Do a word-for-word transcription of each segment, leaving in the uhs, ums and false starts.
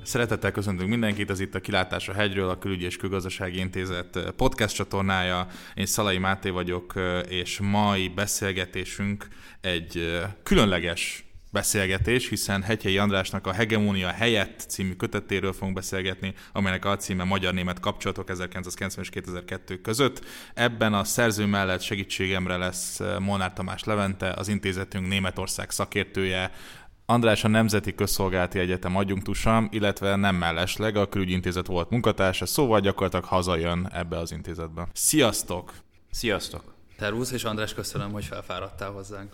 Szeretettel köszöntünk mindenkit, ez itt a Kilátás a hegyről, a Külügyi és Külgazdasági Intézet podcast csatornája. Én Szalai Máté vagyok, és mai beszélgetésünk egy különleges beszélgetés, hiszen Hegyhelyi Andrásnak a Hegemónia helyett című kötetéről fogunk beszélgetni, amelynek a címe Magyar-német kapcsolatok ezerkilencszázkilencven és kétezer-kettő között. Ebben a szerző mellett segítségemre lesz Molnár Tamás Levente, az intézetünk Németország szakértője, András a Nemzeti Közszolgálati Egyetem adjunktusa, illetve nem mellesleg a Külügyi Intézet volt munkatársa, szóval gyakorlatilag hazajön ebbe az intézetbe. Sziasztok! Sziasztok! Szervusz, és András, köszönöm, hogy felfáradtál hozzánk.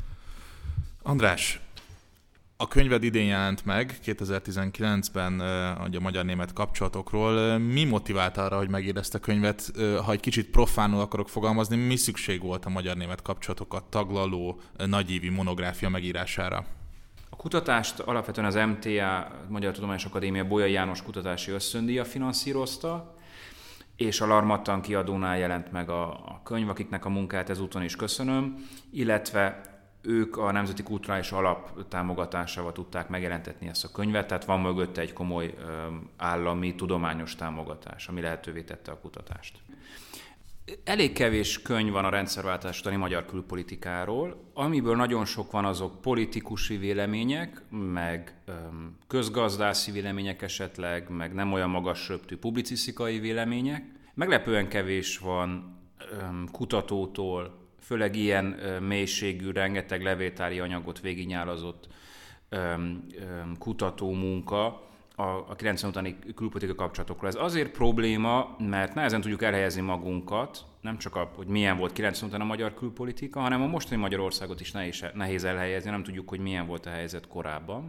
András, a könyved idén jelent meg, kétezer-tizenkilencben a magyar-német kapcsolatokról. Mi motivált arra, hogy megírd ezt a könyvet? Ha egy kicsit profánul akarok fogalmazni, mi szükség volt a magyar-német kapcsolatokat taglaló nagyívi monográfia megírására? A kutatást alapvetően az em té á, Magyar Tudományos Akadémia Bolyai János kutatási ösztöndíja finanszírozta, és a Larmattan kiadónál jelent meg a, a könyv, akiknek a munkát ezúton is köszönöm, illetve ők a Nemzeti Kulturális Alap támogatásával tudták megjelentetni ezt a könyvet, tehát van mögötte egy komoly ö, állami, tudományos támogatás, ami lehetővé tette a kutatást. Elég kevés könyv van a rendszerváltás utáni magyar külpolitikáról, amiből nagyon sok van azok politikusi vélemények, meg öm, közgazdászi vélemények esetleg, meg nem olyan magas röptű publicisztikai vélemények. Meglepően kevés van öm, kutatótól, főleg ilyen öm, mélységű, rengeteg levéltári anyagot végignyálazott öm, öm, kutatómunka a, a kilencven utáni külpolitikai kapcsolatokról. Ez azért probléma, mert nehezen tudjuk elhelyezni magunkat, nem csak a, hogy milyen volt kilencven után a magyar külpolitika, hanem a mostani Magyarországot is nehéz, nehéz elhelyezni, nem tudjuk, hogy milyen volt a helyzet korábban.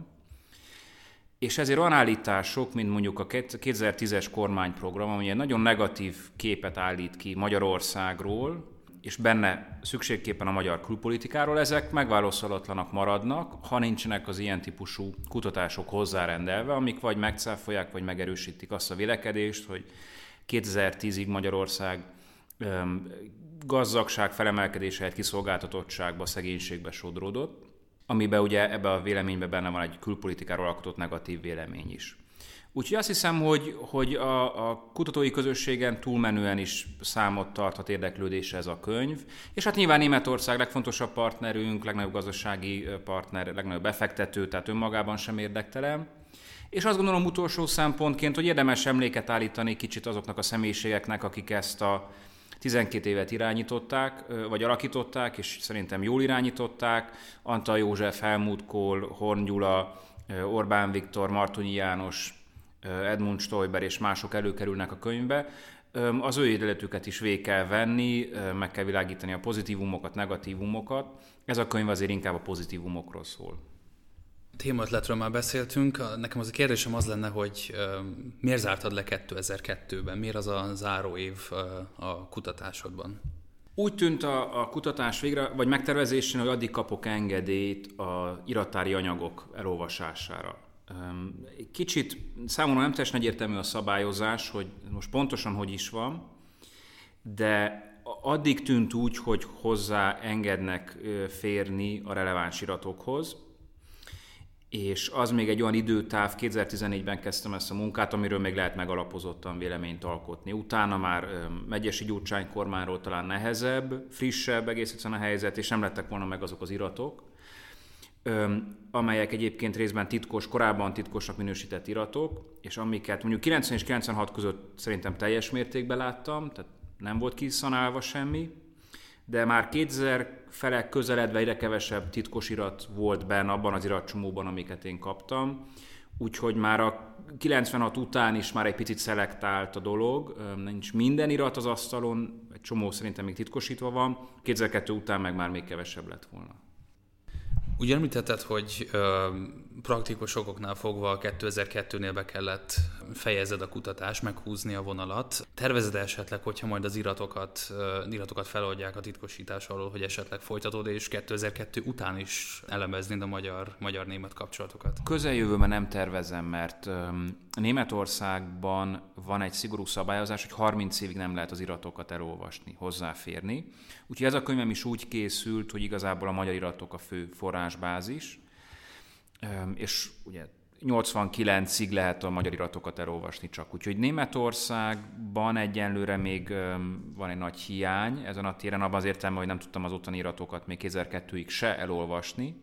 És ezért olyan állítások, mint mondjuk a kétezer-tízes kormányprogram, ami egy nagyon negatív képet állít ki Magyarországról, és benne szükségképpen a magyar külpolitikáról, ezek megválaszolatlanak maradnak, ha nincsenek az ilyen típusú kutatások hozzárendelve, amik vagy megcáfolják, vagy megerősítik azt a vélekedést, hogy kétezer-tízig Magyarország öm, gazdagság felemelkedése helyett kiszolgáltatottságba, szegénységbe sodródott, amiben ugye ebbe a véleményben benne van egy külpolitikáról alkotott negatív vélemény is. Úgyhogy azt hiszem, hogy, hogy a, a kutatói közösségen túlmenően is számot tarthat érdeklődésre ez a könyv, és hát nyilván Németország legfontosabb partnerünk, legnagyobb gazdasági partner, legnagyobb befektető, tehát önmagában sem érdektelen. És azt gondolom utolsó szempontként, hogy érdemes emléket állítani kicsit azoknak a személyiségeknek, akik ezt a tizenkét évet irányították, vagy alakították, és szerintem jól irányították. Antall József, Helmut Kohl, Horn Gyula, Orbán Viktor, Martonyi János, Edmund Stoiber és mások előkerülnek a könyvbe. Az ő életüket is végig kell venni, meg kell világítani a pozitívumokat, negatívumokat. Ez a könyv azért inkább a pozitívumokról szól. Témaötletről már beszéltünk. Nekem az a kérdésem az lenne, hogy miért zártad le kétezer-kettőben? Miért az a záró év a kutatásodban? Úgy tűnt a, a kutatás végre, vagy megtervezésén, hogy addig kapok engedélyt az irattári anyagok elolvasására. Kicsit számomra nem teljesen egyértelmű a szabályozás, hogy most pontosan hogy is van, de addig tűnt úgy, hogy hozzá engednek férni a releváns iratokhoz, és az még egy olyan időtáv, kétezer-tizennégyben kezdtem ezt a munkát, amiről még lehet megalapozottan véleményt alkotni. Utána már Megyesi Gyurcsány kormányról talán nehezebb, frissebb egész egyszerűen a helyzet, és nem lettek volna meg azok az iratok, amelyek egyébként részben titkos, korábban titkosnak minősített iratok, és amiket mondjuk kilencven és kilencvenhat között szerintem teljes mértékben láttam, tehát nem volt kiszanálva semmi, de már kétezer felek közeledve egyre kevesebb titkos irat volt benne abban az iratcsomóban, amiket én kaptam, úgyhogy már a kilencvenhat után is már egy picit szelektált a dolog, nincs minden irat az asztalon, egy csomó szerintem még titkosítva van, kétezer-kettő után meg már még kevesebb lett volna. Úgy említetted, hogy ö, praktikus okoknál fogva kétezer-kettőnél be kellett fejezed a kutatást, meghúzni a vonalat. Tervezed esetleg, hogyha majd az iratokat, ö, iratokat feloldják a titkosítás alól, hogy esetleg folytatod, és kétezer-kettő után is elemeznéd a magyar, magyar-német kapcsolatokat? Közeljövőben nem tervezem, mert ö, Németországban van egy szigorú szabályozás, hogy harminc évig nem lehet az iratokat elolvasni, hozzáférni. Úgyhogy ez a könyvem is úgy készült, hogy igazából a magyar iratok a fő forrásbázis, és ugye nyolcvankilencig lehet a magyar iratokat elolvasni csak. Úgyhogy Németországban egyenlőre még van egy nagy hiány ezen a téren, abban az értelemben, hogy nem tudtam az ottani iratokat még kétezer-kettőig se elolvasni.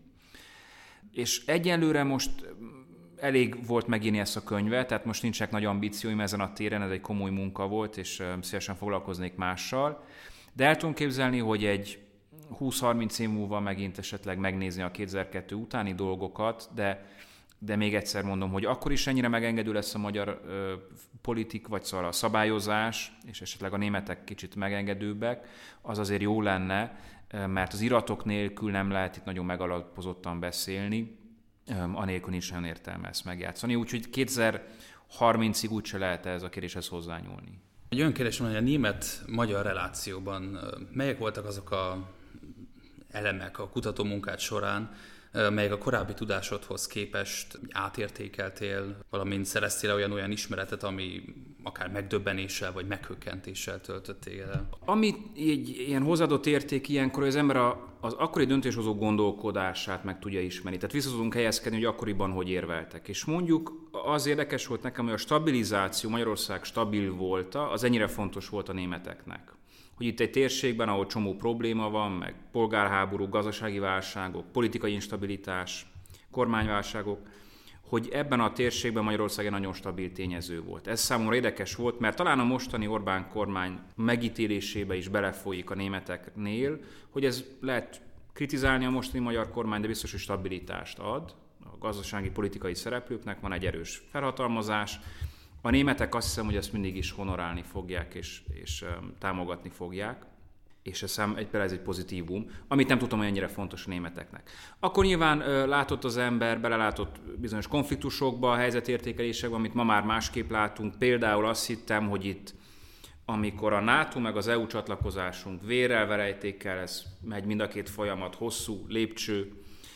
És egyenlőre most elég volt megírni ezt a könyvet, tehát most nincsenek nagy ambícióim ezen a téren, ez egy komoly munka volt, és szívesen foglalkoznék mással. De el tudom képzelni, hogy egy húsz-harminc év múlva megint esetleg megnézni a kétezer-kettő utáni dolgokat, de, de még egyszer mondom, hogy akkor is ennyire megengedő lesz a magyar ö, politik, vagy szóval a szabályozás, és esetleg a németek kicsit megengedőbbek, az azért jó lenne, mert az iratok nélkül nem lehet itt nagyon megalapozottan beszélni, anélkül nincs nagyon értelme ezt megjátszani, úgyhogy kétezer-harmincig úgyse lehet ez a kérdéshez hozzányúlni. Egy olyan kérdés van, hogy a német-magyar relációban melyek voltak azok a elemek a kutatómunkát során, melyek a korábbi tudásodhoz képest átértékeltél, valamint szereztél olyan olyan ismeretet, ami akár megdöbbenéssel vagy meghökkentéssel töltöttél el? Ami egy ilyen hozzáadott érték ilyenkor, hogy az ember a, az akkori döntéshozó gondolkodását meg tudja ismerni. Tehát vissza tudunk helyezkedni, hogy akkoriban hogy érveltek. És mondjuk az érdekes volt nekem, hogy a stabilizáció, Magyarország stabil volt, az ennyire fontos volt a németeknek. Hogy itt egy térségben, ahol csomó probléma van, meg polgárháború, gazdasági válságok, politikai instabilitás, kormányválságok, hogy ebben a térségben Magyarország egy nagyon stabil tényező volt. Ez számomra érdekes volt, mert talán a mostani Orbán kormány megítélésébe is belefolyik a németeknél, hogy ez lehet kritizálni a mostani magyar kormány, de biztos, hogy stabilitást ad. A gazdasági politikai szereplőknek van egy erős felhatalmazás. A németek azt hiszem, hogy ezt mindig is honorálni fogják és, és um, támogatni fogják, és ez, szám, egy, ez egy pozitívum, amit nem tudtam, hogy ennyire fontos a németeknek. Akkor nyilván uh, látott az ember, belelátott bizonyos konfliktusokba, helyzetértékelésekbe, amit ma már másképp látunk. Például azt hittem, hogy itt, amikor a NATO meg az é u csatlakozásunk vérrel, verejtékkel, ez megy mind a két folyamat, hosszú lépcső,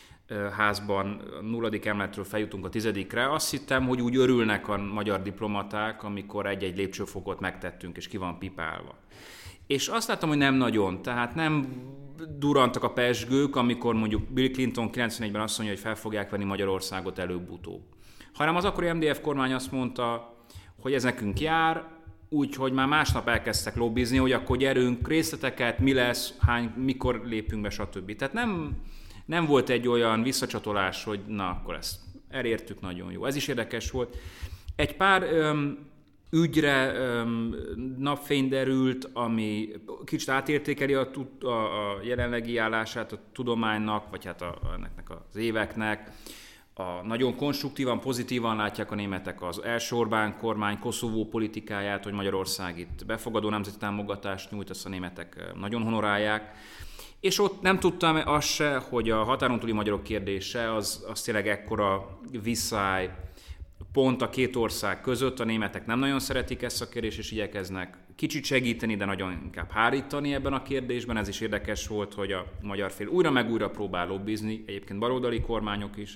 házban nulladik emeletről feljutunk a tizedikre. Azt hittem, hogy úgy örülnek a magyar diplomaták, amikor egy-egy lépcsőfokot megtettünk, és ki van pipálva. És azt láttam, hogy nem nagyon, tehát nem durantak a pezsgők, amikor mondjuk Bill Clinton kilencvenegyben azt mondja, hogy fel fogják venni Magyarországot előbb-utóbb. Hanem az akkori em dé ef kormány azt mondta, hogy ez nekünk jár, úgyhogy már másnap elkezdtek lobbizni, hogy akkor gyerünk, részleteket, mi lesz, hány, mikor lépünk be, stb. Tehát nem... Nem volt egy olyan visszacsatolás, hogy na, akkor ezt elértük, nagyon jó. Ez is érdekes volt. Egy pár öm, ügyre öm, napfény derült, ami kicsit átértékeli a, a, a jelenlegi állását a tudománynak, vagy hát a, ennek az éveknek. A, nagyon konstruktívan, pozitívan látják a németek az első Orbán kormány Koszovó politikáját, hogy Magyarország itt befogadó nemzeti támogatást nyújt, azt a németek nagyon honorálják. És ott nem tudtam azt se, hogy a határon túli magyarok kérdése az, az tényleg ekkora visszály pont a két ország között. A németek nem nagyon szeretik ezt a kérdést, és igyekeznek kicsit segíteni, de nagyon inkább hárítani ebben a kérdésben. Ez is érdekes volt, hogy a magyar fél újra meg újra próbál lobbizni, egyébként baloldali kormányok is.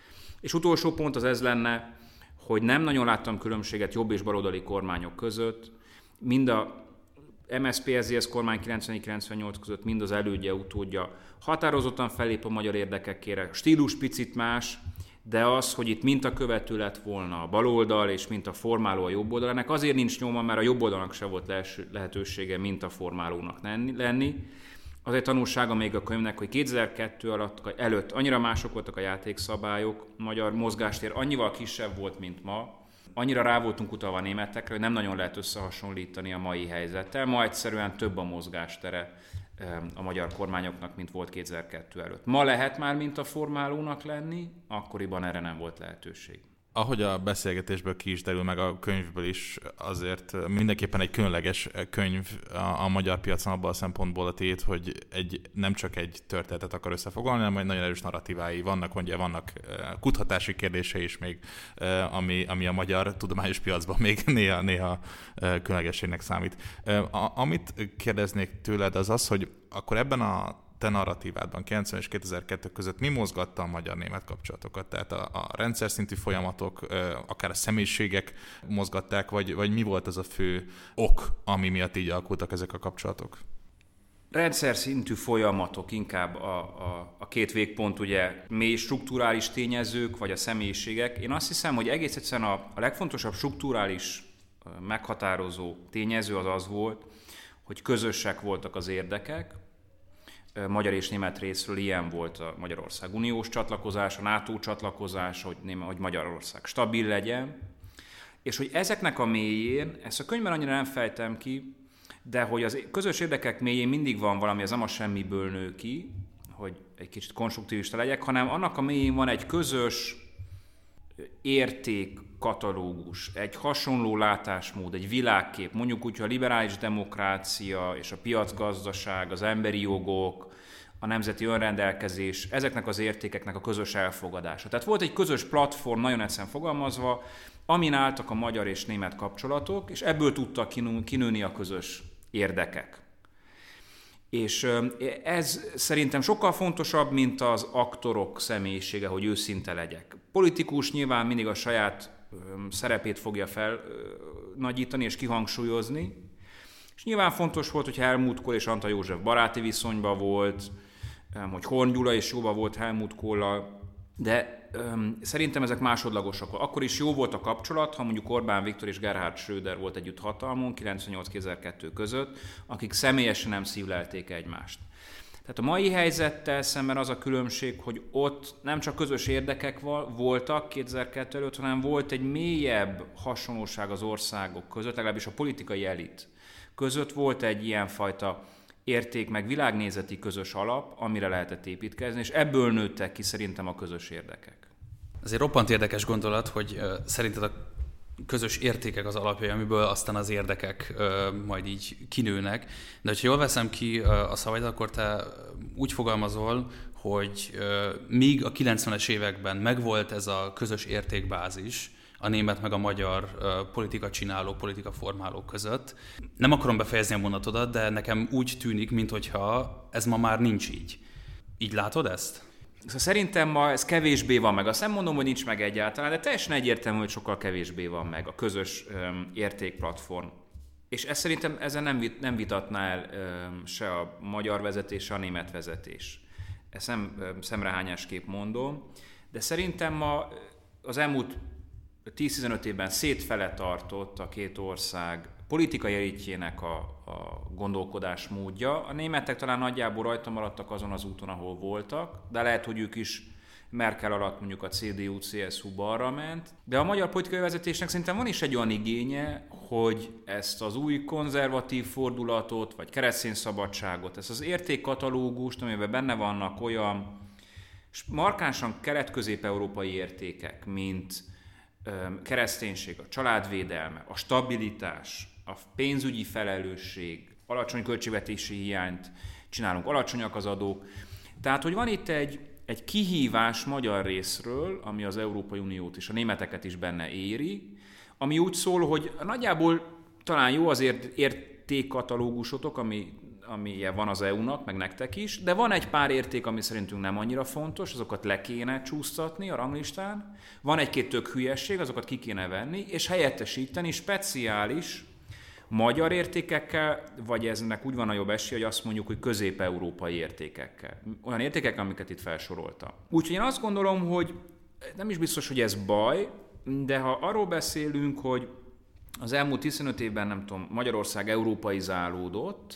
És utolsó pont az ez lenne, hogy nem nagyon láttam különbséget jobb és baloldali kormányok között. Mind a em es zé pé es zé es kormány kilencvennégy-kilencvennyolc között, mind az elődje, utódja határozottan fellép a magyar érdekekére. Stílus picit más, de az, hogy itt mintakövető lett volna a baloldal, és mintaformáló a jobb oldal, ennek azért nincs nyoma, mert a jobb oldalnak se volt lehetősége mintaformálónak lenni. Az egy tanulsága még a könyvnek, hogy kétezer-kettő alatt, előtt annyira mások voltak a játékszabályok, a magyar mozgástér annyival kisebb volt, mint ma, annyira rá voltunk utalva a németekre, hogy nem nagyon lehet összehasonlítani a mai helyzettel. Ma egyszerűen több a mozgástere a magyar kormányoknak, mint volt kétezer-kettő előtt. Ma lehet már mintaformálónak lenni, akkoriban erre nem volt lehetőség. Ahogy a beszélgetésből ki is derül, meg a könyvből is, azért mindenképpen egy különleges könyv a, a magyar piacon abban a szempontból a tét, hogy egy, nem csak egy történetet akar összefoglalni, hanem nagyon erős narratívái vannak, ugye vannak kutatási kérdései is még, ami, ami a magyar tudományos piacban még néha, néha különlegességnek számít. A, amit kérdeznék tőled az az, hogy akkor ebben a te narratívádban kilencven és kétezer-kettő között mi mozgatta a magyar-német kapcsolatokat? Tehát a, a rendszer szintű folyamatok, akár a személyiségek mozgatták, vagy, vagy mi volt az a fő ok, ami miatt így alakultak ezek a kapcsolatok? Rendszer szintű folyamatok, inkább a, a, a két végpont, ugye mély strukturális tényezők, vagy a személyiségek. Én azt hiszem, hogy egész egyszerűen a, a legfontosabb strukturális meghatározó tényező az az volt, hogy közösek voltak az érdekek. Magyar és német részről ilyen volt a Magyarország uniós csatlakozása, a NATO csatlakozása, hogy, német, hogy Magyarország stabil legyen. És hogy ezeknek a mélyén, ezt a könyvben annyira nem fejtem ki, de hogy az közös érdekek mélyén mindig van valami, az nem a semmiből nő ki, hogy egy kicsit konstruktivista legyek, hanem annak a mélyén van egy közös értékkatalógus, egy hasonló látásmód, egy világkép, mondjuk úgy, hogy a liberális demokrácia és a piacgazdaság, az emberi jogok, a nemzeti önrendelkezés, ezeknek az értékeknek a közös elfogadása. Tehát volt egy közös platform, nagyon egyszerűen fogalmazva, amin álltak a magyar és német kapcsolatok, és ebből tudtak kinőni a közös érdekek. És ez szerintem sokkal fontosabb, mint az aktorok személyisége, hogy őszinte legyek. Politikus nyilván mindig a saját szerepét fogja felnagyítani és kihangsúlyozni, és nyilván fontos volt, hogy Helmut Kohl és Antall József baráti viszonyban volt, hogy Horn Gyula is jóban volt Helmut Kohllal, de öm, szerintem ezek másodlagosak. Akkor is jó volt a kapcsolat, ha mondjuk Orbán Viktor és Gerhard Schröder volt együtt hatalmon kilencvennyolc kétezer-kettő között, akik személyesen nem szívlelték egymást. Tehát a mai helyzettel szemben az a különbség, hogy ott nem csak közös érdekek voltak kétezer-kettő előtt, hanem volt egy mélyebb hasonlóság az országok között, legalábbis a politikai elit között volt egy ilyenfajta érték, meg világnézeti közös alap, amire lehetett építkezni, és ebből nőttek ki szerintem a közös érdekek. Ez egy roppant érdekes gondolat, hogy uh, szerinted a közös értékek az alapjai, amiből aztán az érdekek uh, majd így kinőnek. De hogyha jól veszem ki uh, a szavaid, akkor te úgy fogalmazol, hogy uh, míg a kilencvenes években megvolt ez a közös értékbázis, a német meg a magyar uh, politika csinálók, politika formálók között. Nem akarom befejezni a mondatodat, de nekem úgy tűnik, minthogyha ez ma már nincs így. Így látod ezt? Szóval szerintem ma ez kevésbé van meg. Azt nem mondom, hogy nincs meg egyáltalán, de teljesen egyértelmű, hogy sokkal kevésbé van meg a közös um, értékplatform. És ezt szerintem ezen nem, vit, nem vitatná el um, se a magyar vezetés, se a német vezetés. Ezt nem um, szemrehányásképp mondom, de szerintem ma az elmúlt tíz-tizenöt évben szétfele tartott a két ország politikai elitjének a, a gondolkodásmódja. A németek talán nagyjából rajta maradtak azon az úton, ahol voltak, de lehet, hogy ők is Merkel alatt mondjuk a cé dé u cé es u balra ment. De a magyar politikai vezetésnek szerintem van is egy olyan igénye, hogy ezt az új konzervatív fordulatot, vagy keresztény szabadságot, ezt az értékkatalógust, amiben benne vannak olyan markánsan kelet-közép-európai értékek, mint kereszténység, a családvédelme, a stabilitás, a pénzügyi felelősség, alacsony költségvetési hiányt csinálunk, alacsonyak az adók. Tehát, hogy van itt egy, egy kihívás magyar részről, ami az Európai Uniót és a németeket is benne éri, ami úgy szól, hogy nagyjából talán jó az értékkatalógusotok, ami amilyen van az é u-nak, meg nektek is, de van egy pár érték, ami szerintünk nem annyira fontos, azokat le kéne csúsztatni a ranglistán, van egy-két tök hülyesség, azokat ki kéne venni, és helyettesíteni speciális magyar értékekkel, vagy eznek úgy van a jobb esélye, hogy azt mondjuk, hogy közép-európai értékekkel. Olyan értékek, amiket itt felsoroltam. Úgyhogy én azt gondolom, hogy nem is biztos, hogy ez baj, de ha arról beszélünk, hogy az elmúlt tizenöt évben, nem tudom, Magyarország európaizálódott,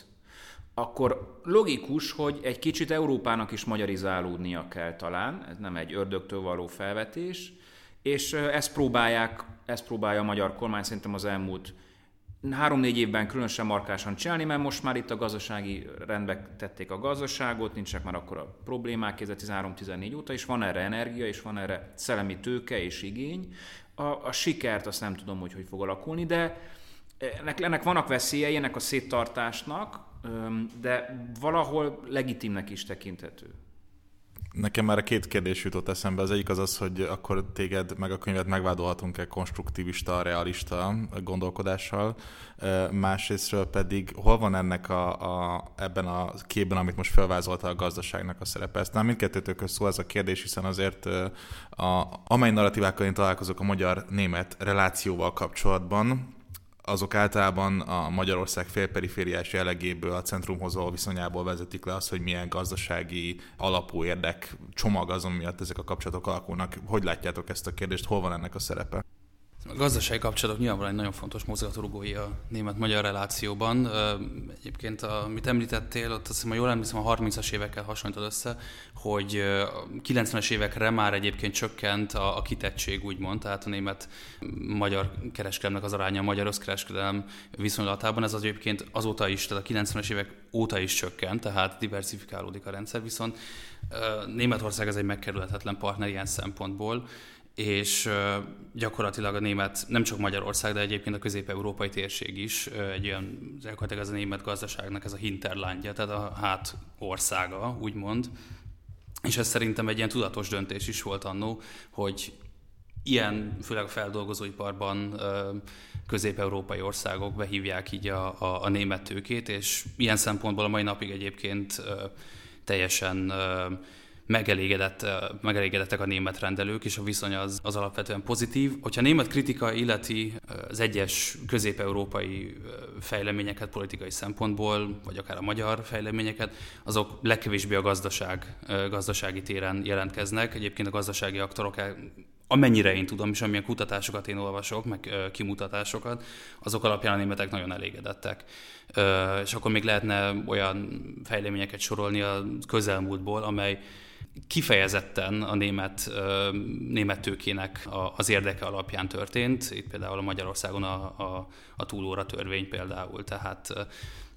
akkor logikus, hogy egy kicsit Európának is magyarizálódnia kell talán, ez nem egy ördögtől való felvetés, és ezt próbálják, ezt próbálja a magyar kormány szerintem az elmúlt három-négy évben különösen markásan csinálni, mert most már itt a gazdasági rendbe tették a gazdaságot, nincsenek már akkor a problémák kétezer-tizenhárom-tizennégy óta, és van erre energia, és van erre szellemi tőke és igény. A, a sikert azt nem tudom, hogy hogy fog alakulni, de ennek, ennek vannak veszélyei, ennek a széttartásnak, de valahol legitimnek is tekinthető. Nekem már a két kérdés jutott eszembe. Az egyik az az, hogy akkor téged meg a könyvet megvádolhatunk-e konstruktivista, realista gondolkodással. Másrésztről pedig hol van ennek a, a, ebben a képben, amit most felvázolta a gazdaságnak a szerepe? Ezt nem mindkettőtökhöz szól ez a kérdés, hiszen azért a, amely narratívákkal én találkozok a magyar-német relációval kapcsolatban, azok általában a Magyarország félperifériás jellegéből, a centrumhoz való viszonyából vezetik le azt, hogy milyen gazdasági alapú érdek csomag azon miatt ezek a kapcsolatok alakulnak. Hogy látjátok ezt a kérdést, hol van ennek a szerepe? A gazdasági kapcsolatok nyilvánvalóan egy nagyon fontos mozgatórugói a német-magyar relációban. Egyébként, amit említettél, ott azt hiszem, jól emlékszem, a harmincas évekkel hasonlítod össze, hogy a kilencvenes évekre már egyébként csökkent a, a kitettség, úgymond, tehát a német-magyar kereskedelemnek az aránya a magyar kereskedelem viszonylatában. Ez az egyébként azóta is, tehát a kilencvenes évek óta is csökkent, tehát diversifikálódik a rendszer, viszont Németország ez egy megkerülhetetlen partner ilyen szempontból, és gyakorlatilag a német, nem csak Magyarország, de egyébként a közép-európai térség is egy olyan, gyakorlatilag ez a német gazdaságnak ez a hinterlandja, tehát a hát országa, úgymond. És ez szerintem egy ilyen tudatos döntés is volt annó, hogy ilyen, főleg a feldolgozóiparban közép-európai országok behívják így a, a, a német tőkét, és ilyen szempontból a mai napig egyébként teljesen Megelégedett, megelégedettek a német rendelők, és a viszony az, az alapvetően pozitív. Hogyha a német kritika illeti az egyes közép-európai fejleményeket politikai szempontból, vagy akár a magyar fejleményeket, azok legkevésbé a gazdaság, gazdasági téren jelentkeznek. Egyébként a gazdasági aktorok, amennyire én tudom, és amilyen kutatásokat én olvasok, meg kimutatásokat, azok alapján a németek nagyon elégedettek. És akkor még lehetne olyan fejleményeket sorolni a közelmúltból, amely kifejezetten a német, német tőkének az érdeke alapján történt. Itt például a Magyarországon a, a, a túlóra törvény például. Tehát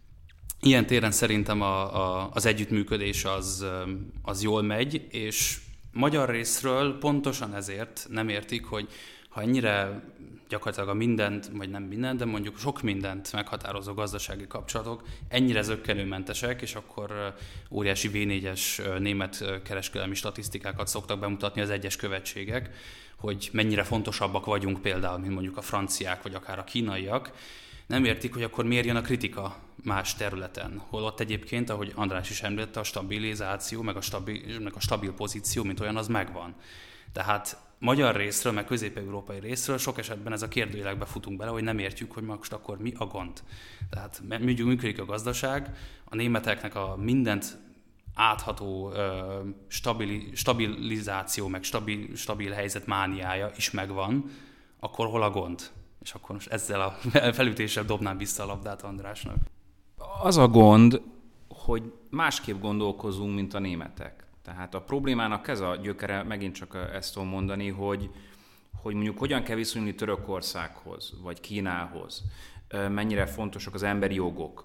ilyen téren szerintem a, a, az együttműködés az, az jól megy, és magyar részről pontosan ezért nem értik, hogy ha ennyire gyakorlatilag a mindent, vagy nem mindent, de mondjuk sok mindent meghatározó gazdasági kapcsolatok ennyire zökkenőmentesek, és akkor óriási vé négyes német kereskedelmi statisztikákat szoktak bemutatni az egyes követségek, hogy mennyire fontosabbak vagyunk például, mint mondjuk a franciák, vagy akár a kínaiak. Nem értik, hogy akkor miért jön a kritika más területen. Holott egyébként, ahogy András is említette, a stabilizáció, meg a stabil, meg a stabil pozíció, mint olyan, az megvan. Tehát magyar részről, meg közép-európai részről sok esetben ez a kérdőjelekbe futunk bele, hogy nem értjük, hogy most akkor mi a gond. Tehát működik a gazdaság, a németeknek a mindent átható stabil, stabilizáció, meg stabil, stabil helyzet mániája is megvan, akkor hol a gond? És akkor most ezzel a felütéssel dobnám vissza a labdát Andrásnak. Az a gond, hogy másképp gondolkozunk, mint a németek. Tehát a problémának ez a gyökere, megint csak ezt tudom mondani, hogy, hogy mondjuk hogyan kell viszonyulni Törökországhoz, vagy Kínához, mennyire fontosak az emberi jogok,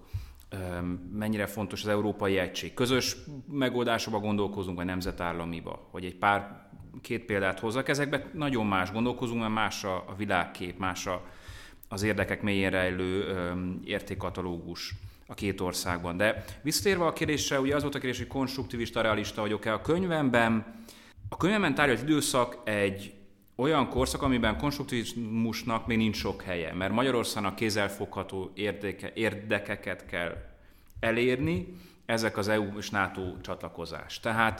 mennyire fontos az európai egység. Közös megoldásokba gondolkozunk, vagy nemzetállamiba, hogy egy pár, két példát hozzak. Ezekben nagyon más gondolkozunk, mert más a, a világkép, más a, az érdekek mélyén rejlő értékkatalógus a két országban. De visszatérve a kérdésre, ugye az volt a kérdés, hogy konstruktivista, realista vagyok-e. A könyvemben, a könyvemben tárgyalt időszak egy olyan korszak, amiben konstruktivizmusnak még nincs sok helye, mert Magyarországnak kézzelfogható érdeke, érdekeket kell elérni, ezek az é u és NATO csatlakozás. Tehát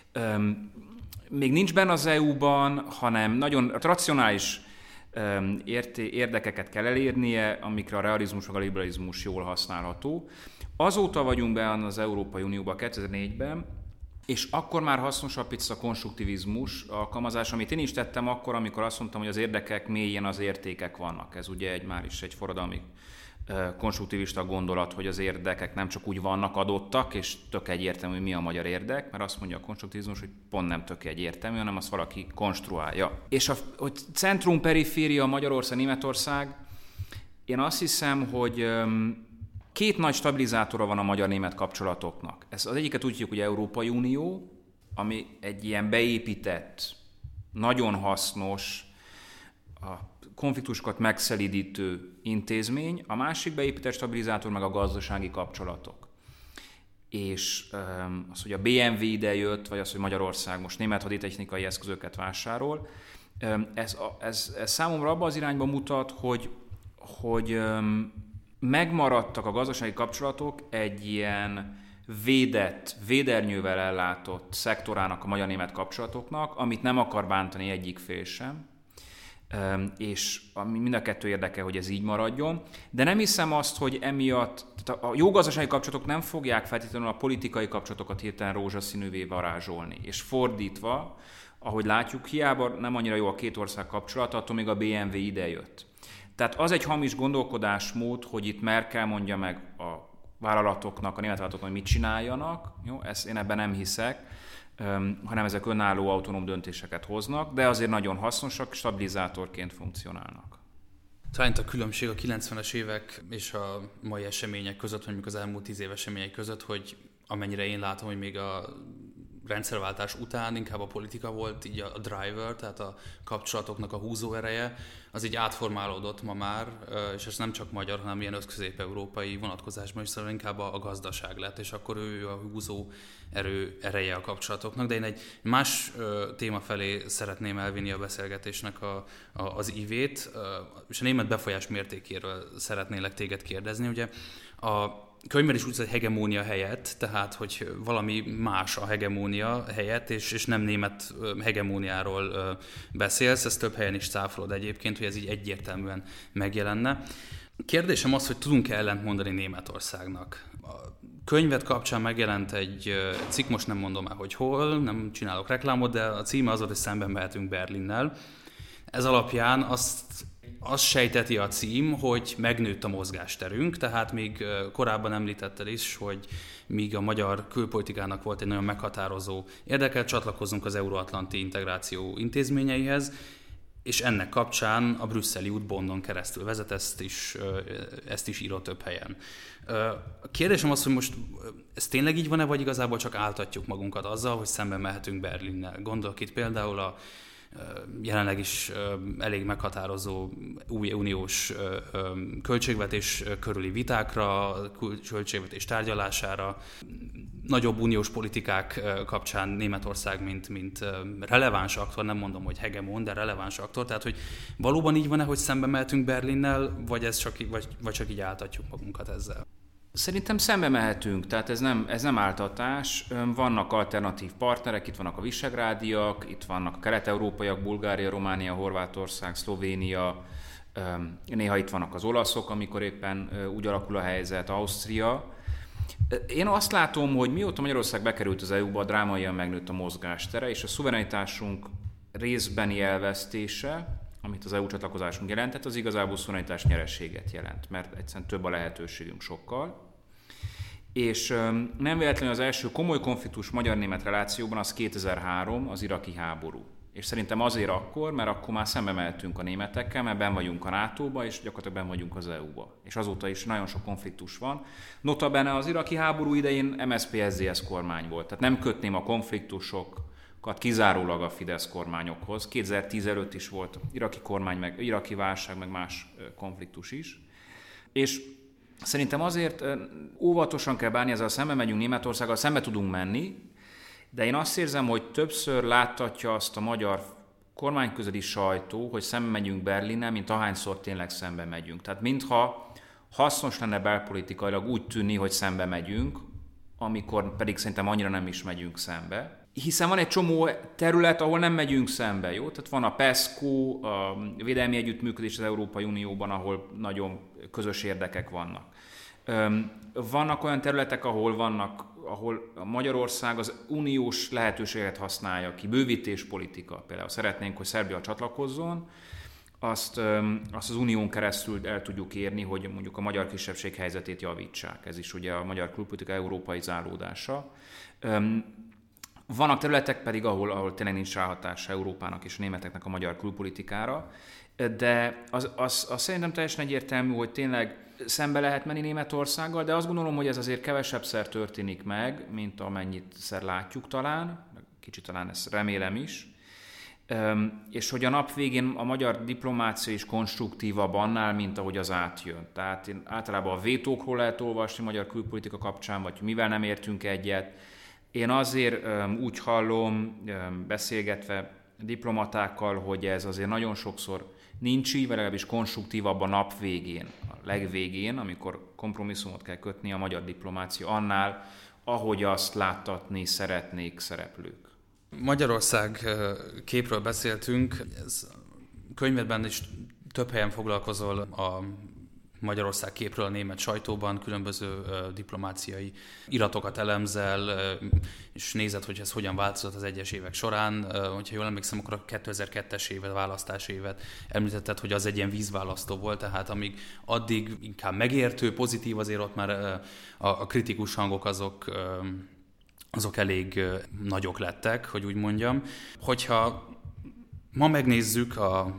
um, még nincs benne az é u-ban, hanem nagyon racionális um, érté, érdekeket kell elérnie, amikre a realizmus vagy a liberalizmus jól használható. Azóta vagyunk benne az Európai Unióban kétezer-négyben, és akkor már hasznosabb itt a konstruktivizmus alkalmazás, amit én is tettem akkor, amikor azt mondtam, hogy az érdekek mélyén az értékek vannak. Ez ugye egy, már is egy forradalmi konstruktivista gondolat, hogy az érdekek nem csak úgy vannak adottak, és tök egyértelmű, hogy mi a magyar érdek, mert azt mondja a konstruktivizmus, hogy pont nem tök egyértelmű, hanem azt valaki konstruálja. És a, hogy centrum, periféria, Magyarország, Németország, én azt hiszem, hogy két nagy stabilizátora van a magyar-német kapcsolatoknak. Ez az egyiket úgy hívjuk, hogy Európai Unió, ami egy ilyen beépített, nagyon hasznos, a konfliktusokat megszelídítő intézmény, a másik beépített stabilizátor meg a gazdasági kapcsolatok. És az, hogy a bé em vé ide jött, vagy az, hogy Magyarország most német haditechnikai eszközöket vásárol, ez, ez, ez számomra abban az irányba mutat, hogy, hogy megmaradtak a gazdasági kapcsolatok egy ilyen védett, védernyővel ellátott szektorának a magyar-német kapcsolatoknak, amit nem akar bántani egyik fél sem. és mind a kettő érdekel, hogy ez így maradjon. De nem hiszem azt, hogy emiatt tehát a jó gazdasági kapcsolatok nem fogják feltétlenül a politikai kapcsolatokat hirtelen rózsaszínűvé varázsolni. És fordítva, ahogy látjuk, hiába nem annyira jó a két ország kapcsolata, attól még a bé em vé idejött. Tehát az egy hamis gondolkodásmód, hogy itt Merkel mondja meg a vállalatoknak, a német vállalatoknak, hogy mit csináljanak. Jó, ezt én ebben nem hiszek, hanem ezek önálló autonóm döntéseket hoznak, de azért nagyon hasznosak, stabilizátorként funkcionálnak. Talán a különbség a kilencvenes évek és a mai események között, vagy az elmúlt tíz év események között, hogy amennyire én látom, hogy még a rendszerváltás után inkább a politika volt így a driver, tehát a kapcsolatoknak a húzó ereje, az így átformálódott ma már, és ez nem csak magyar, hanem ilyen össz-közép-európai vonatkozásban is, szóval inkább a gazdaság lett, és akkor ő a húzó erő ereje a kapcsolatoknak. De én egy más téma felé szeretném elvinni a beszélgetésnek a, a, az ívét, és a német befolyás mértékéről szeretnélek téged kérdezni. Ugye a könyvben is úgy, hogy hegemónia helyett, tehát hogy valami más a hegemónia helyett, és, és nem német hegemóniáról beszélsz, ezt több helyen is cáfolod egyébként, hogy ez így egyértelműen megjelenne. Kérdésem az, hogy tudunk-e ellentmondani Németországnak? A könyvet kapcsán megjelent egy cikk, most nem mondom el, hogy hol, nem csinálok reklámot, de a címe az volt, hogy szemben mehetünk Berlinnel. Ez alapján azt Azt sejteti a cím, hogy megnőtt a mozgásterünk, tehát még korábban említetted is, hogy míg a magyar külpolitikának volt egy nagyon meghatározó érdeke, csatlakozunk az euróatlanti integráció intézményeihez, és ennek kapcsán a brüsszeli út Bonnon keresztül vezet, ezt is, ezt is írott több helyen. A kérdésem az, hogy most ez tényleg így van-e, vagy igazából csak áltatjuk magunkat azzal, hogy szemben mehetünk Berlinnel. Gondolok itt például a jelenleg is elég meghatározó új uniós költségvetés körüli vitákra, költségvetés tárgyalására, nagyobb uniós politikák kapcsán Németország, mint, mint releváns aktor, nem mondom, hogy hegemon, de releváns aktor, tehát hogy valóban így van-e, hogy szembe mehetünk Berlinnel, vagy, ez csak, vagy, vagy csak így áltatjuk magunkat ezzel? Szerintem szembe mehetünk, tehát ez nem, ez nem áltatás. Vannak alternatív partnerek, itt vannak a visegrádiak, itt vannak a kelet-európaiak, Bulgária, Románia, Horvátország, Szlovénia, néha itt vannak az olaszok, amikor éppen úgy alakul a helyzet, Ausztria. Én azt látom, hogy mióta Magyarország bekerült az é u-ba, drámaian megnőtt a mozgástere, és a szuverenitásunk részbeni elvesztése, amit az é u csatlakozásunk jelentett, az igazából szuverenitás nyereséget jelent, mert egyszerűen több a lehetőségünk sokkal. És nem véletlenül az első komoly konfliktus magyar-német relációban az kétezer-három, az iraki háború. És szerintem azért akkor, mert akkor már szembe mehetünk a németekkel, mert benn vagyunk a nátóba, és gyakorlatilag benn vagyunk az é u-ba. És azóta is nagyon sok konfliktus van. Notabene az iraki háború idején em es zé pé es zé es kormány volt. Tehát nem kötném a konfliktusokat kizárólag a Fidesz kormányokhoz. kétezer-tíz előtt is volt iraki kormány, meg iraki válság, meg más konfliktus is. És szerintem azért óvatosan kell bánni, ezzel szembe megyünk Németországgal, szembe tudunk menni, de én azt érzem, hogy többször láttatja azt a magyar kormányközeli sajtó, hogy szembe megyünk Berlinnel, mint ahányszor tényleg szembe megyünk. Tehát mintha hasznos lenne belpolitikailag úgy tűnni, hogy szembe megyünk, amikor pedig szerintem annyira nem is megyünk szembe. Hiszen van egy csomó terület, ahol nem megyünk szembe, jó? Tehát van a PESCO, a védelmi együttműködés az Európai Unióban, ahol nagyon közös érdekek vannak. Vannak olyan területek, ahol vannak, ahol Magyarország az uniós lehetőséget használja ki, bővítéspolitika. Például szeretnénk, hogy Szerbia csatlakozzon, azt, azt az unión keresztül el tudjuk érni, hogy mondjuk a magyar kisebbség helyzetét javítsák. Ez is ugye a magyar külpolitika európai zálódása. Vannak területek pedig, ahol, ahol tényleg nincs ráhatása Európának és a németeknek a magyar külpolitikára, de az, az, az szerintem teljesen egyértelmű, hogy tényleg szembe lehet menni Németországgal, de azt gondolom, hogy ez azért kevesebbszer történik meg, mint amennyit szer látjuk talán, kicsit talán ezt remélem is, és hogy a nap végén a magyar diplomácia is konstruktívabb annál, mint ahogy az átjön. Tehát általában a vétókról lehet olvasni magyar külpolitika kapcsán, vagy mivel nem értünk egyet. Én azért úgy hallom, beszélgetve diplomatákkal, hogy ez azért nagyon sokszor nincs így, vagy legalábbis konstruktívabb a nap végén, a legvégén, amikor kompromisszumot kell kötni a magyar diplomácia annál, ahogy azt láttatni szeretnék szereplők. Magyarország képről beszéltünk, ez könyvedben is több helyen foglalkozol a Magyarország képről a német sajtóban, különböző uh, diplomáciai iratokat elemzel, uh, és nézed, hogy ez hogyan változott az egyes évek során. Uh, hogyha jól emlékszem, akkor a kétezer-kettes évet, választási évet említetted, hogy az egy ilyen vízválasztó volt, tehát amíg addig inkább megértő, pozitív, azért ott már uh, a, a kritikus hangok azok, uh, azok elég uh, nagyok lettek, hogy úgy mondjam. Hogyha ma megnézzük a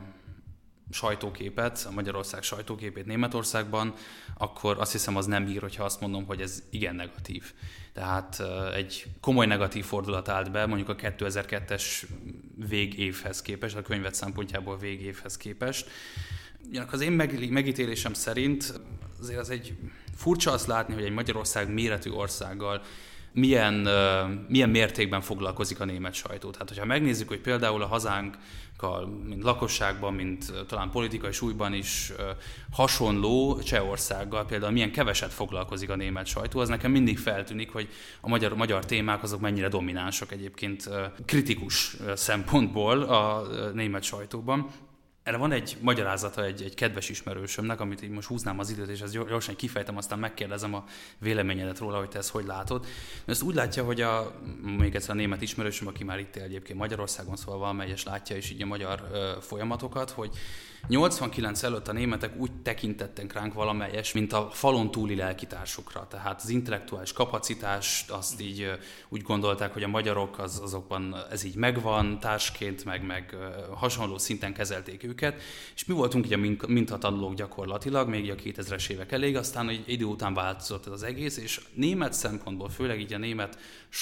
sajtóképet, a Magyarország sajtóképét Németországban, akkor azt hiszem az nem hír, hogyha azt mondom, hogy ez igen negatív. Tehát egy komoly negatív fordulat állt be, mondjuk a kétezer-kettes végévhez képest, a könyvet szempontjából végévhez képest. Ugyanakkor az én megítélésem szerint azért az egy furcsa azt látni, hogy egy Magyarország méretű országgal milyen, uh, milyen mértékben foglalkozik a német sajtó. Tehát, hogyha megnézzük, hogy például a hazánkkal, mint lakosságban, mint uh, talán politikai súlyban is uh, hasonló Csehországgal például milyen keveset foglalkozik a német sajtó, az nekem mindig feltűnik, hogy a magyar, magyar témák azok mennyire dominánsak egyébként uh, kritikus uh, szempontból a uh, német sajtóban. Erre van egy magyarázata egy, egy kedves ismerősömnek, amit így most húznám az időt, és ezt gyorsan kifejtem, aztán megkérdezem a véleményedet róla, hogy te ezt hogy látod. Ezt úgy látja, hogy a, még egyszer a német ismerősöm, aki már itt él egyébként Magyarországon, szóval valamelyes látja is így a magyar ö, folyamatokat, hogy nyolcvankilenc előtt a németek úgy tekintettek ránk valamelyes, mint a falon túli lelkitársukra. Tehát az intellektuális kapacitást, azt így ö, úgy gondolták, hogy a magyarok az, azokban ez így megvan, társként, meg, meg ö, hasonló szinten kezelték őket, és mi voltunk így a mintatanulók gyakorlatilag, még a kétezres évek elég, aztán egy idő után változott ez az egész, és német szempontból, főleg így a német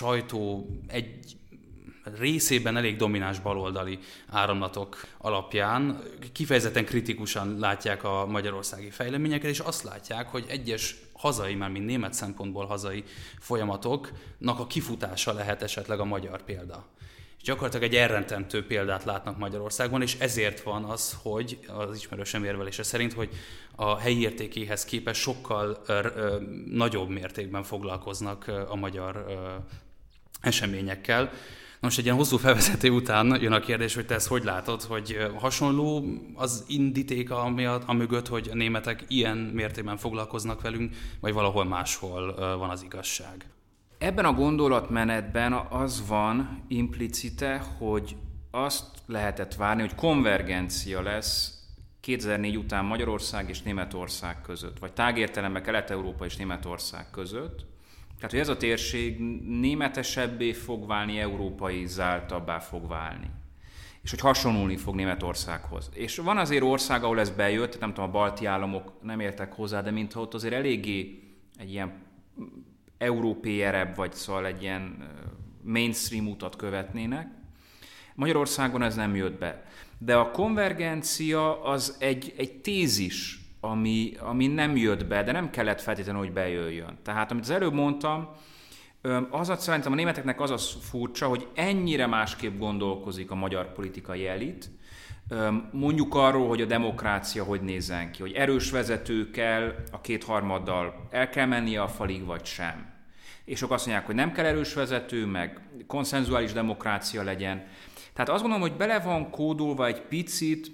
sajtó egy részében elég domináns baloldali áramlatok alapján kifejezetten kritikusan látják a magyarországi fejleményeket, és azt látják, hogy egyes hazai, már mint német szempontból hazai folyamatoknak a kifutása lehet esetleg a magyar példa. És gyakorlatilag egy elrettentő példát látnak Magyarországon, és ezért van az, hogy az ismerősöm érvelése szerint, hogy a helyi értékéhez képest sokkal ö, ö, nagyobb mértékben foglalkoznak a magyar ö, eseményekkel. Na most egy ilyen hosszú felvezető után jön a kérdés, hogy te ezt hogy látod, hogy hasonló az indítéka amögött, hogy a németek ilyen mértékben foglalkoznak velünk, vagy valahol máshol van az igazság? Ebben a gondolatmenetben az van implicite, hogy azt lehetett várni, hogy konvergencia lesz kétezer-négy után Magyarország és Németország között, vagy tágértelemben Kelet-Európa és Németország között. Tehát, hogy ez a térség németesebbé fog válni, európaizáltabbá fog válni. És hogy hasonlulni fog Németországhoz. És van azért ország, ahol ez bejött, tehát nem tudom, a balti államok nem értek hozzá, de mintha ott azért eléggé egy ilyen európéerebb, vagy szóval egy ilyen mainstream utat követnének. Magyarországon ez nem jött be. De a konvergencia az egy, egy tézis, ami, ami nem jött be, de nem kellett feltétlenül, hogy bejöjjön. Tehát, amit az előbb mondtam, az az szerintem a németeknek az az furcsa, hogy ennyire másképp gondolkozik a magyar politikai elit, mondjuk arról, hogy a demokrácia hogy nézzen ki, hogy erős vezetőkkel, a kétharmaddal el kell mennie a falig, vagy sem. És ők azt mondják, hogy nem kell erős vezető, meg konszenzuális demokrácia legyen. Tehát azt gondolom, hogy bele van kódolva egy picit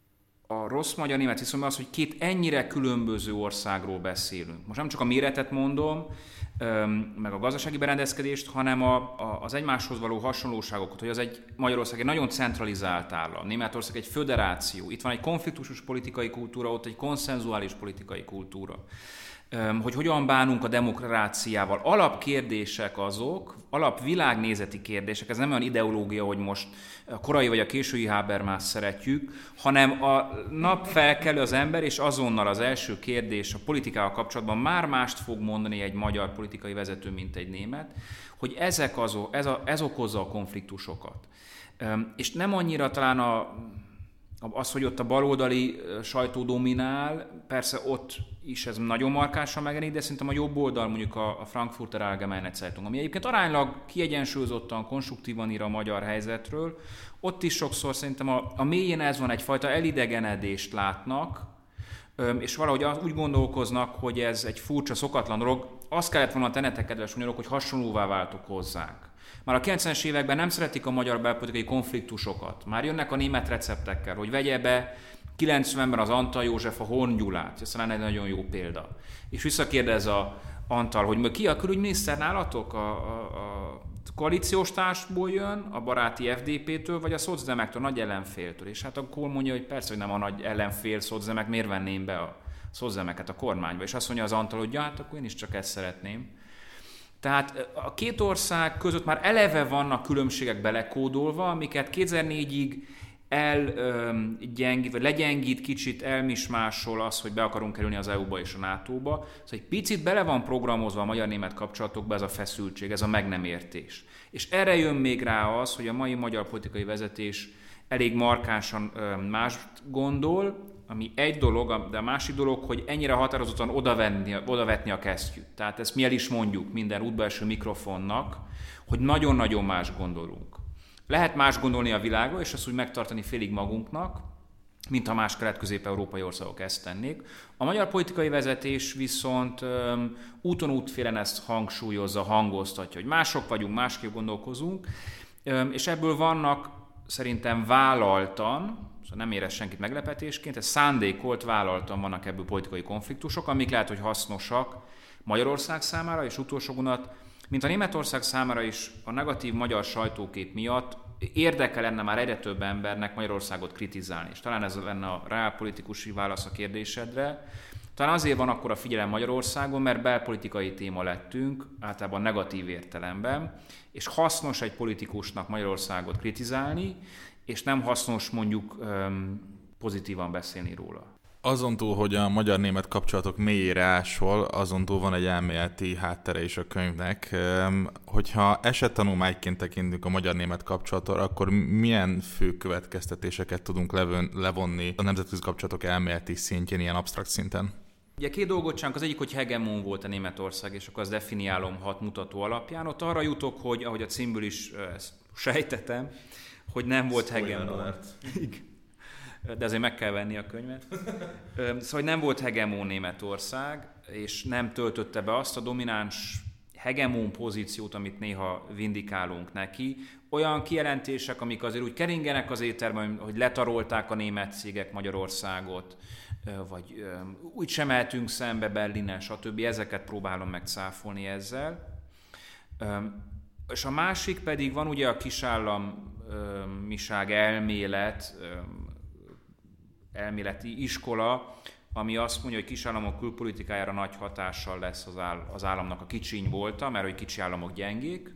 a rossz magyar-német viszonyban az, hogy két ennyire különböző országról beszélünk. Most nem csak a méretet mondom, meg a gazdasági berendezkedést, hanem a, a, az egymáshoz való hasonlóságokat, hogy az egy Magyarország egy nagyon centralizált állam, Németország egy föderáció, itt van egy konfliktusos politikai kultúra, ott egy konszenzuális politikai kultúra. Hogy hogyan bánunk a demokráciával. Alapkérdések azok, alapvilágnézeti kérdések, ez nem olyan ideológia, hogy most a korai vagy a késői Habermas szeretjük, hanem a nap felkelő az ember, és azonnal az első kérdés a politikával kapcsolatban már mást fog mondani egy magyar politikai vezető, mint egy német, hogy ezek azok, ez, a, ez okozza a konfliktusokat. És nem annyira talán a az, hogy ott a baloldali sajtó dominál, persze ott is ez nagyon markánsan megjelenik, de szerintem a jobb oldal, mondjuk a Frankfurter Allgemeine Zeitung, ami egyébként aránylag kiegyensúlyozottan, konstruktívan ír a magyar helyzetről, ott is sokszor szerintem a, a mélyén ez van, egyfajta elidegenedést látnak, és valahogy úgy gondolkoznak, hogy ez egy furcsa, szokatlan dolog. Azt kellett volna tennetek, kedves magyarok, hogy hasonlóvá váltok hozzánk. Már a kilencvenes években nem szeretik a magyar belpolitikai konfliktusokat. Már jönnek a német receptekkel, hogy vegye be kilencvenben az Antal József a Horn Gyulát. Ez talán egy nagyon jó példa. És visszakérdez a Antal, hogy ki a külügyminiszter nálatok? A, a, a koalíciós társból jön, a baráti ef dé pé-től, vagy a szocdemektől, a nagy ellenféltől. És hát akkor mondja, hogy persze, hogy nem a nagy ellenfél szocdemek, miért venném be a szozdemeket a kormányba. És azt mondja az Antal, hogy ja, hát akkor én is csak ezt szeretném. Tehát a két ország között már eleve vannak különbségek belekódolva, amiket kétezer-négyig elgyengít, vagy legyengít, kicsit elmismásol az, hogy be akarunk kerülni az é u-ba és a nátóba. Szóval egy picit bele van programozva a magyar-német kapcsolatokba ez a feszültség, ez a meg nem értés. És erre jön még rá az, hogy a mai magyar politikai vezetés elég markánsan mást gondol, ami egy dolog, de a másik dolog, hogy ennyire határozottan odavenni, odavetni a kesztyűt. Tehát ezt mi el is mondjuk minden útbelső mikrofonnak, hogy nagyon-nagyon más gondolunk. Lehet más gondolni a világról, és azt úgy megtartani félig magunknak, mint ha más kelet-közép-európai országok ezt tennék. A magyar politikai vezetés viszont um, úton útfélen ezt hangsúlyozza, hangoztatja, hogy mások vagyunk, másképp gondolkozunk, um, és ebből vannak szerintem vállaltan, szóval nem érez senkit meglepetésként, ez szándékolt, vállaltan vannak ebből politikai konfliktusok, amik lehet, hogy hasznosak Magyarország számára, és utolsó gondolat, mint a Németország számára is a negatív magyar sajtókép miatt érdeke lenne már egyre több embernek Magyarországot kritizálni. És talán ez lenne a reálpolitikusi válasz a kérdésedre. Talán azért van akkor a figyelem Magyarországon, mert belpolitikai téma lettünk, általában negatív értelemben, és hasznos egy politikusnak Magyarországot kritizálni, és nem hasznos mondjuk um, pozitívan beszélni róla. Azon túl, hogy a magyar-német kapcsolatok mélyére ásol, azon túl van egy elméleti háttere is a könyvnek. Hogyha esettanulmányként tekintünk a magyar-német kapcsolatra, akkor milyen fő következtetéseket tudunk levonni a nemzetközi kapcsolatok elméleti szintjén, ilyen absztrakt szinten? Ugye két dolgot csinálunk, az egyik, hogy hegemon volt a Németország, és akkor azt definiálom hat mutató alapján. Ott arra jutok, hogy ahogy a címből is ezt sejtetem, hogy nem volt hegemon. De azért meg kell venni a könyvet. Szóval, hogy nem volt hegemon Németország, és nem töltötte be azt a domináns hegemon pozíciót, amit néha vindikálunk neki. Olyan kijelentések, amik azért úgy keringenek az éterben, hogy letarolták a német cégek Magyarországot, vagy úgy sem mehetünk szembe Berlinnel, stb. Ezeket próbálom megcáfolni ezzel. És a másik pedig van ugye a kisállamiság elmélet, elméleti iskola, ami azt mondja, hogy kisállamok külpolitikájára nagy hatással lesz az, áll, az államnak a kicsiny volta, mert hogy kicsi államok gyengék,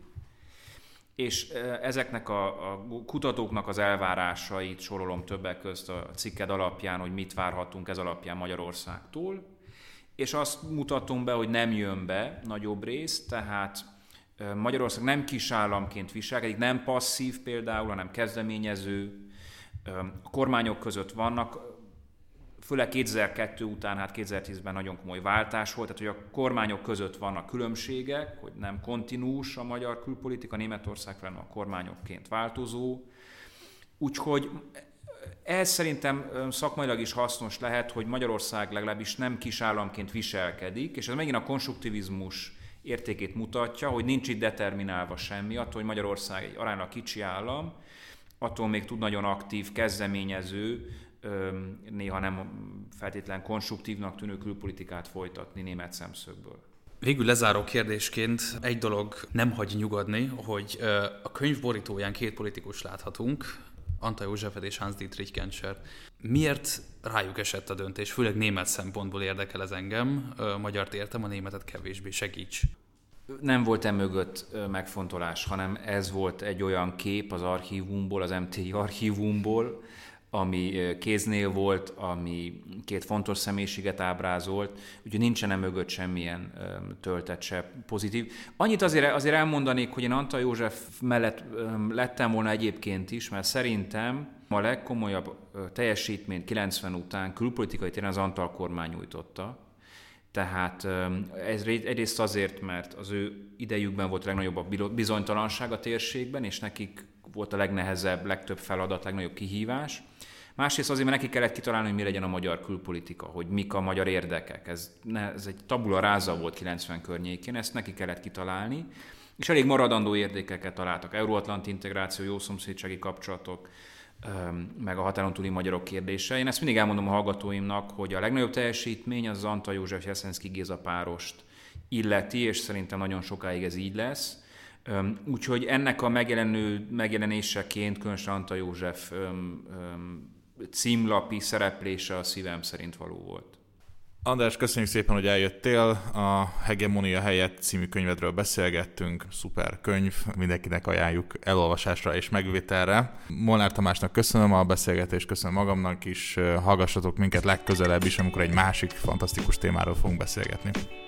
és ezeknek a, a kutatóknak az elvárásait sorolom többek közt a cikked alapján, hogy mit várhatunk ez alapján Magyarországtól, és azt mutatom be, hogy nem jön be nagyobb rész, tehát Magyarország nem kisállamként viselkedik, nem passzív például, hanem kezdeményező. A kormányok között vannak, főleg kétezer-kettő után, hát kétezer-tízben nagyon komoly váltás volt, tehát hogy a kormányok között vannak különbségek, hogy nem kontinús a magyar külpolitika, Németország felé a kormányokként változó. Úgyhogy ez szerintem szakmailag is hasznos lehet, hogy Magyarország legalábbis nem kisállamként viselkedik, és ez megint a konstruktivizmus értékét mutatja, hogy nincs itt determinálva semmi, attól, hogy Magyarország egy aránylag kicsi állam, attól még tud nagyon aktív, kezdeményező, néha nem feltétlen konstruktívnak tűnő külpolitikát folytatni német szemszögből. Végül lezáró kérdésként egy dolog nem hagy nyugodni, hogy a könyv borítóján két politikus láthatunk, Antal Józsefet és Hans-Dietrich Genschert. Miért rájuk esett a döntés? Főleg német szempontból érdekel ez engem, magyart értem, a németet kevésbé, segíts. Nem volt emögött megfontolás, hanem ez volt egy olyan kép az archívumból, az em té i archívumból, ami kéznél volt, ami két fontos személyiséget ábrázolt, úgyhogy nincsen emögött semmilyen töltet se pozitív. Annyit azért, azért elmondanék, hogy én Antal József mellett lettem volna egyébként is, mert szerintem a legkomolyabb teljesítményt kilencven után külpolitikai téren az Antal kormány nyújtotta. Tehát ez egyrészt azért, mert az ő idejükben volt a legnagyobb a bizonytalanság a térségben, és nekik volt a legnehezebb, legtöbb feladat, legnagyobb kihívás. Másrészt azért, mert neki kellett kitalálni, hogy mi legyen a magyar külpolitika, hogy mik a magyar érdekek. Ez, ne, ez egy tabula ráza volt kilencven környékén, ezt neki kellett kitalálni. és elég maradandó értékeket találtak. Euróatlanti integráció, jó szomszédsági kapcsolatok, meg a határon túli magyarok kérdése. Én ezt mindig elmondom a hallgatóimnak, hogy a legnagyobb teljesítmény az Antal József Jeszenszky Géza párost illeti, és szerintem nagyon sokáig ez így lesz. Úgyhogy ennek a megjelenő, megjelenéseként különösen Antal József öm, öm, címlapi szereplése a szívem szerint való volt. András, köszönjük szépen, hogy eljöttél. A Hegemonia helyett című könyvedről beszélgettünk. Szuper könyv, mindenkinek ajánljuk elolvasásra és megvételre. Molnár Tamásnak köszönöm a beszélgetést, köszönöm magamnak is. Hallgassatok minket legközelebb is, amikor egy másik fantasztikus témáról fogunk beszélgetni.